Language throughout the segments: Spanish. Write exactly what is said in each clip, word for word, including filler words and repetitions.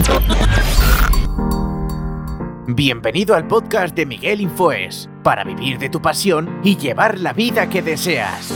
Bienvenido al podcast de Miguel Infoes, para vivir de tu pasión y llevar la vida que deseas.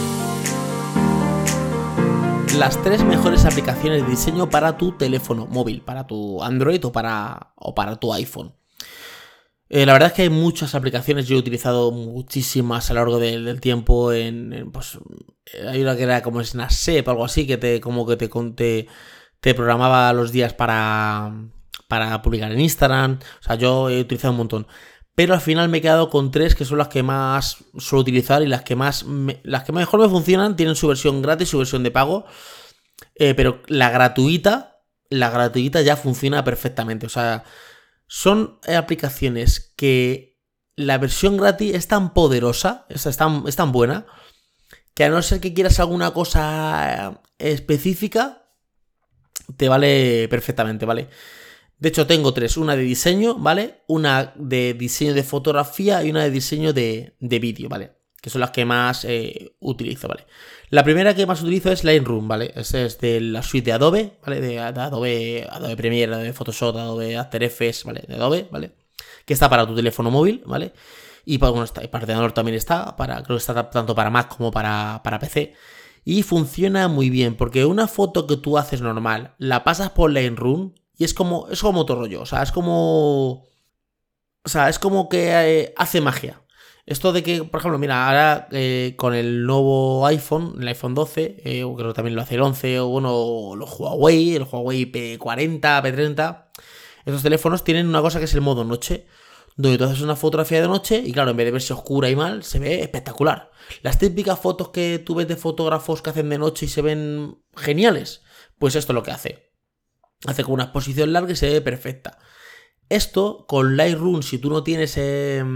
Las tres mejores aplicaciones de diseño para tu teléfono móvil, para tu Android o para, o para tu iPhone. Eh, la verdad es que hay muchas aplicaciones, yo he utilizado muchísimas a lo largo de, del tiempo. En, en, pues, hay una que era como Snapseed o algo así, que te como que te, te, te programaba los días para, para publicar en Instagram. O sea, yo he utilizado un montón. Pero al final me he quedado con tres que son las que más suelo utilizar y las que más me, las que mejor me funcionan. Tienen su versión gratis, su versión de pago. Eh, pero la gratuita, la gratuita ya funciona perfectamente. O sea, son aplicaciones que la versión gratis es tan poderosa, es tan, es tan buena, que a no ser que quieras alguna cosa específica, te vale perfectamente, ¿vale? De hecho, tengo tres. Una de diseño, ¿vale? Una de diseño de fotografía y una de diseño de, de vídeo, ¿vale? Que son las que más eh, utilizo, ¿vale? La primera que más utilizo es Lightroom, ¿vale? Esta es de la suite de Adobe, ¿vale? De, de Adobe, Adobe Premiere, Adobe Photoshop, Adobe After Effects, ¿vale? De Adobe, ¿vale? Que está para tu teléfono móvil, ¿vale? Y para, bueno, está, para ordenador también está, para, creo que está tanto para Mac como para, para P C. Y funciona muy bien, porque una foto que tú haces normal, la pasas por Lightroom y es como, es como otro rollo, o sea, es como... O sea, es como que eh, hace magia. Esto de que, por ejemplo, mira, ahora eh, con el nuevo iPhone, el iPhone doce, eh, creo que también lo hace el once, o bueno, los Huawei, el Huawei P cuarenta, P treinta, estos teléfonos tienen una cosa que es el modo noche, donde tú haces una fotografía de noche y claro, en vez de verse oscura y mal, se ve espectacular. Las típicas fotos que tú ves de fotógrafos que hacen de noche y se ven geniales, pues esto es lo que hace. Hace con una exposición larga y se ve perfecta. Esto con Lightroom, si tú no tienes eh,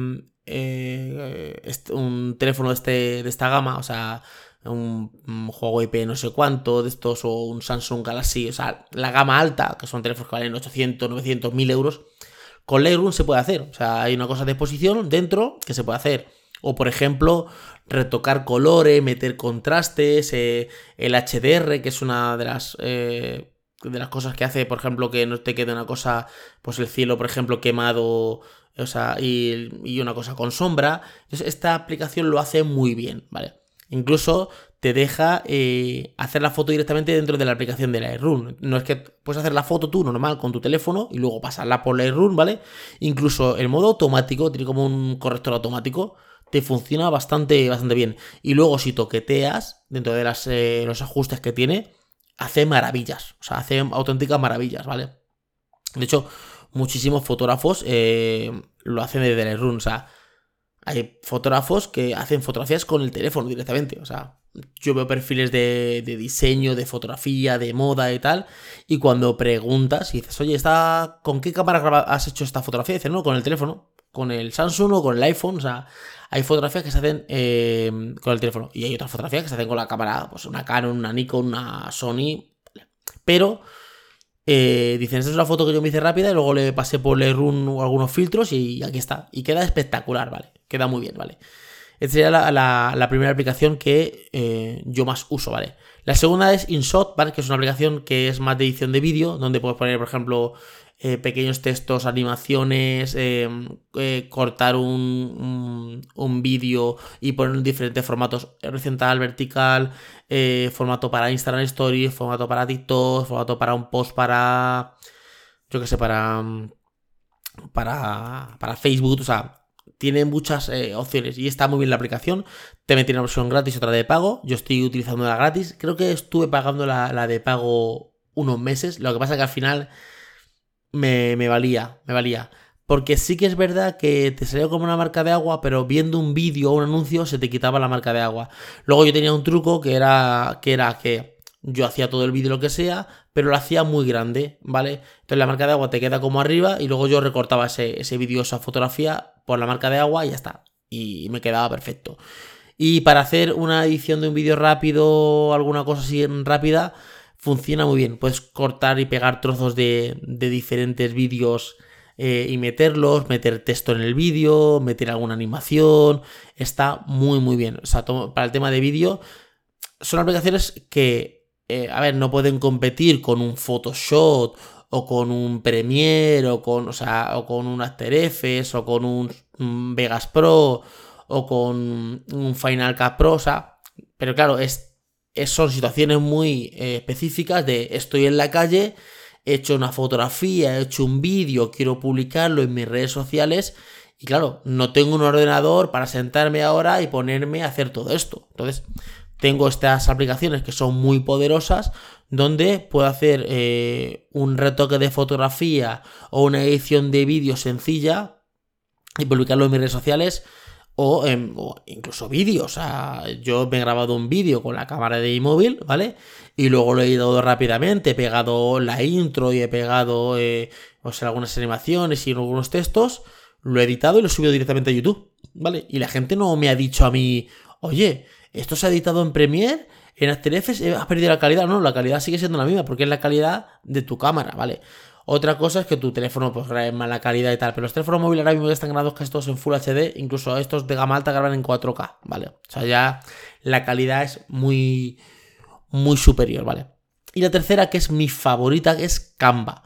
eh, un teléfono de, este, de esta gama, o sea, un, un Huawei P no sé cuánto de estos o un Samsung Galaxy, o sea, la gama alta, que son teléfonos que valen ochocientos, novecientos, mil euros, con Lightroom se puede hacer. O sea, hay una cosa de exposición dentro que se puede hacer. O, por ejemplo, retocar colores, meter contrastes, eh, el H D R, que es una de las... Eh, de las cosas que hace, por ejemplo, que no te quede una cosa, pues el cielo, por ejemplo, quemado, o sea, y, y una cosa con sombra. Entonces, esta aplicación lo hace muy bien, ¿vale? Incluso te deja eh, hacer la foto directamente dentro de la aplicación de Lightroom. No es que puedes hacer la foto tú normal con tu teléfono y luego pasarla por Lightroom, ¿vale? Incluso el modo automático, tiene como un corrector automático, te funciona bastante, bastante bien. Y luego si toqueteas dentro de las, eh, los ajustes que tiene, hace maravillas, o sea, hace auténticas maravillas, ¿vale? De hecho, muchísimos fotógrafos eh, lo hacen desde Lightroom, o sea, hay fotógrafos que hacen fotografías con el teléfono directamente, o sea, yo veo perfiles de, de diseño, de fotografía, de moda y tal, y cuando preguntas y dices, oye, ¿está, ¿con qué cámara has hecho esta fotografía? Y dices, no, con el teléfono, con el Samsung o con el iPhone, o sea, hay fotografías que se hacen eh, con el teléfono y hay otras fotografías que se hacen con la cámara, pues una Canon, una Nikon, una Sony, pero eh, dicen, esta es una foto que yo me hice rápida y luego le pasé por Lightroom algunos filtros y aquí está, y queda espectacular, ¿vale? Queda muy bien, ¿vale? Esta sería la, la, la primera aplicación que eh, yo más uso, ¿vale? La segunda es InShot, ¿vale? Que es una aplicación que es más de edición de vídeo, donde puedes poner, por ejemplo, eh, pequeños textos, animaciones, eh, eh, cortar un, un, un vídeo y poner en diferentes formatos, horizontal, vertical, eh, formato para Instagram Stories, formato para TikTok, formato para un post para, yo qué sé, para, para, para Facebook, o sea... Tiene muchas eh, opciones y está muy bien la aplicación. También tiene una versión gratis y otra de pago. Yo estoy utilizando la gratis. Creo que estuve pagando la, la de pago unos meses. Lo que pasa es que al final me, me valía, me valía. Porque sí que es verdad que te salía como una marca de agua, pero viendo un vídeo o un anuncio se te quitaba la marca de agua. Luego yo tenía un truco que era que, era que yo hacía todo el vídeo lo que sea, pero lo hacía muy grande, ¿vale? Entonces la marca de agua te queda como arriba y luego yo recortaba ese, ese vídeo, esa fotografía por la marca de agua y ya está. Y me quedaba perfecto. Y para hacer una edición de un vídeo rápido, alguna cosa así rápida, funciona muy bien. Puedes cortar y pegar trozos de, de diferentes vídeos eh, y meterlos, meter texto en el vídeo, meter alguna animación. Está muy muy bien. O sea, para el tema de vídeo, son aplicaciones que... Eh, a ver, no pueden competir con un Photoshop o con un Premiere, o con, o sea, o con un After Effects, o con un, un Vegas Pro, o con un Final Cut Pro, o sea, pero claro, es, es son situaciones muy eh, específicas de estoy en la calle, he hecho una fotografía, he hecho un vídeo, quiero publicarlo en mis redes sociales y claro, no tengo un ordenador para sentarme ahora y ponerme a hacer todo esto. Entonces, tengo estas aplicaciones que son muy poderosas donde puedo hacer eh, un retoque de fotografía o una edición de vídeo sencilla y publicarlo en mis redes sociales o, eh, o incluso vídeos. O sea, yo me he grabado un vídeo con la cámara de mi móvil, ¿vale? Y luego lo he editado rápidamente, he pegado la intro y he pegado eh, o sea, algunas animaciones y algunos textos, lo he editado y lo he subido directamente a YouTube, ¿vale? Y la gente no me ha dicho a mí, oye, esto se ha editado en Premiere, en After Effects, has perdido la calidad. No, la calidad sigue siendo la misma porque es la calidad de tu cámara, ¿vale? Otra cosa es que tu teléfono pues grabe en mala calidad y tal, pero los teléfonos móviles ahora mismo ya están grabados casi todos en Full H D, incluso estos de gama alta graban en cuatro K, ¿vale? O sea, ya la calidad es muy, muy superior, ¿vale? Y la tercera, que es mi favorita, que es Canva.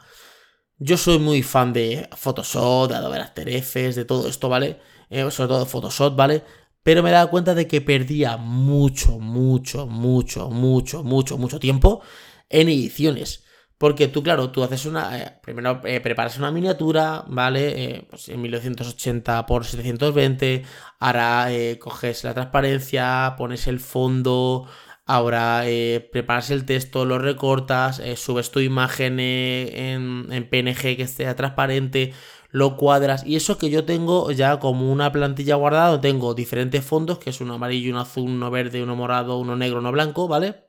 Yo soy muy fan de Photoshop, de Adobe After Effects, de todo esto, ¿vale? Eh, sobre todo Photoshop, ¿vale? Pero me he dado cuenta de que perdía mucho, mucho, mucho, mucho, mucho, mucho tiempo en ediciones. Porque tú, claro, tú haces una... Eh, primero eh, preparas una miniatura, ¿vale? Eh, pues en mil novecientos ochenta por setecientos veinte. Ahora eh, coges la transparencia, pones el fondo. Ahora eh, preparas el texto, lo recortas, eh, subes tu imagen eh, en, en P N G que sea transparente, lo cuadras. Y eso que yo tengo ya como una plantilla guardada, tengo diferentes fondos, que es uno amarillo, uno azul, uno verde, uno morado, uno negro, uno blanco, ¿vale?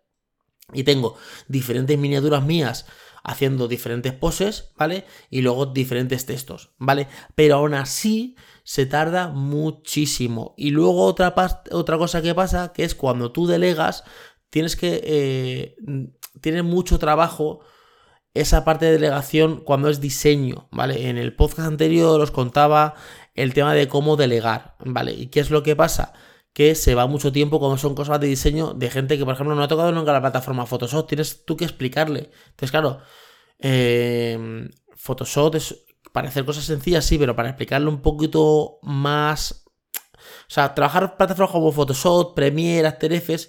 Y tengo diferentes miniaturas mías haciendo diferentes poses, ¿vale? Y luego diferentes textos, ¿vale? Pero aún así se tarda muchísimo. Y luego otra, otra cosa que pasa, que es cuando tú delegas, tienes que... Eh, tienes mucho trabajo esa parte de delegación cuando es diseño, ¿vale? En el podcast anterior os contaba el tema de cómo delegar, ¿vale? ¿Y qué es lo que pasa? Que se va mucho tiempo cuando son cosas de diseño de gente que, por ejemplo, no ha tocado nunca la plataforma Photoshop. Tienes tú que explicarle. Entonces, claro, eh, Photoshop es para hacer cosas sencillas, sí, pero para explicarle un poquito más... O sea, trabajar plataformas como Photoshop, Premiere, After Effects,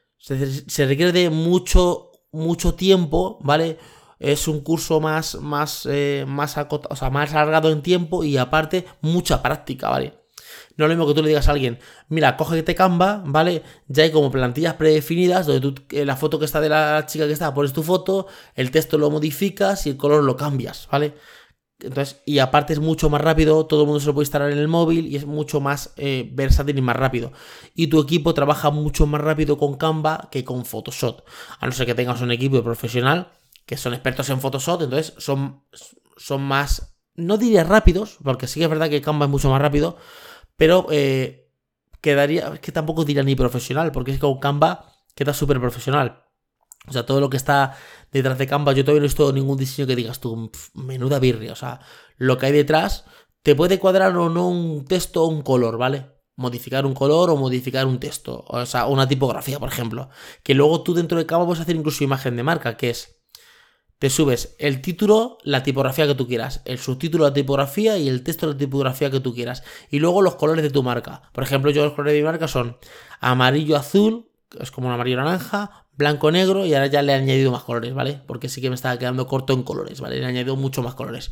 se, se requiere de mucho, mucho tiempo, ¿vale? Es un curso más, más, eh, más, acotado, o sea, más alargado en tiempo y aparte mucha práctica, ¿vale? No es lo mismo que tú le digas a alguien, mira, cógete Canva, ¿vale? Ya hay como plantillas predefinidas donde tú, eh, la foto que está de la chica que está, pones tu foto, el texto lo modificas y el color lo cambias, ¿vale? Entonces, y aparte es mucho más rápido, todo el mundo se lo puede instalar en el móvil y es mucho más eh, versátil y más rápido. Y tu equipo trabaja mucho más rápido con Canva que con Photoshop. A no ser que tengas un equipo profesional que son expertos en Photoshop, entonces son, son más, no diría rápidos, porque sí que es verdad que Canva es mucho más rápido, pero eh, quedaría, es que tampoco diría ni profesional, porque es que con Canva queda súper profesional. O sea, todo lo que está detrás de Canva, yo todavía no he visto ningún diseño que digas tú, menuda birria. O sea, lo que hay detrás, te puede cuadrar o no un texto o un color, ¿vale? Modificar un color o modificar un texto. O sea, una tipografía, por ejemplo. Que luego tú dentro de Canva puedes hacer incluso imagen de marca, que es... Te subes el título, la tipografía que tú quieras, el subtítulo, la tipografía y el texto, la tipografía que tú quieras. Y luego los colores de tu marca. Por ejemplo, yo los colores de mi marca son amarillo, azul, es como un amarillo naranja, blanco, negro y ahora ya le he añadido más colores, ¿vale? Porque sí que me estaba quedando corto en colores, ¿vale? Le he añadido mucho más colores.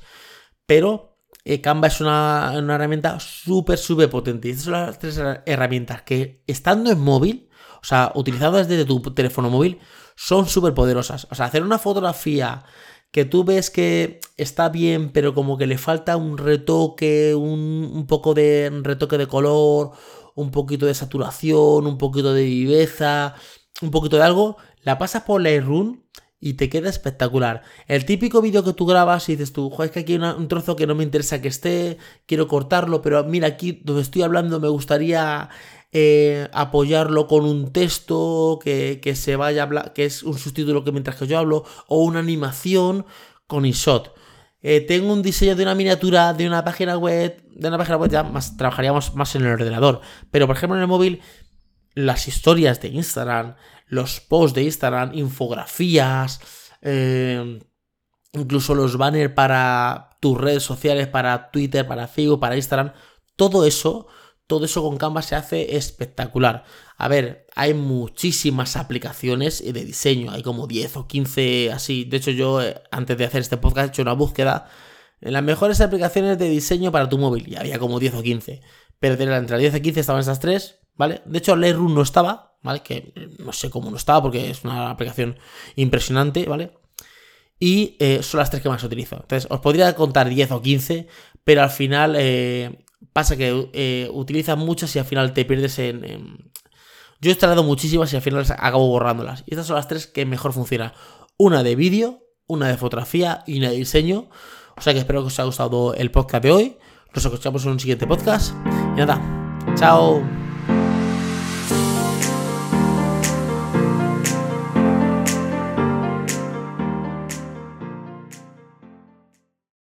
Pero eh, Canva es una, una herramienta súper, súper potente. Y estas son las tres herramientas que estando en móvil, o sea, utilizadas desde tu teléfono móvil, son súper poderosas. O sea, hacer una fotografía que tú ves que está bien, pero como que le falta un retoque, un, un poco de retoque de color, un poquito de saturación, un poquito de viveza, un poquito de algo, la pasas por Lightroom y te queda espectacular. El típico vídeo que tú grabas y dices tú, joder, es que aquí hay una, un trozo que no me interesa que esté, quiero cortarlo, pero mira, aquí donde estoy hablando me gustaría... Eh, apoyarlo con un texto que, que se vaya a hablar, que es un subtítulo que mientras que yo hablo, o una animación con InShot. Eh, tengo un diseño de una miniatura de una página web, de una página web ya más, trabajaríamos más en el ordenador, pero por ejemplo en el móvil, las historias de Instagram, los posts de Instagram, infografías, eh, incluso los banners para tus redes sociales, para Twitter, para Facebook, para Instagram, todo eso, todo eso con Canva se hace espectacular. A ver, hay muchísimas aplicaciones de diseño, hay como diez o quince así. De hecho, yo antes de hacer este podcast he hecho una búsqueda en las mejores aplicaciones de diseño para tu móvil y había como diez o quince. Pero entre las diez y quince estaban esas tres, ¿vale? De hecho, Lightroom no estaba, ¿vale? Que no sé cómo no estaba porque es una aplicación impresionante, ¿vale? Y eh, son las tres que más utilizo. Entonces, os podría contar diez o quince, pero al final eh, pasa que eh, utilizas muchas y al final te pierdes en... en... Yo he instalado muchísimas y al final acabo borrándolas. Y estas son las tres que mejor funcionan. Una de vídeo, una de fotografía y una de diseño. O sea que espero que os haya gustado el podcast de hoy. Nos escuchamos en un siguiente podcast. Y nada, chao.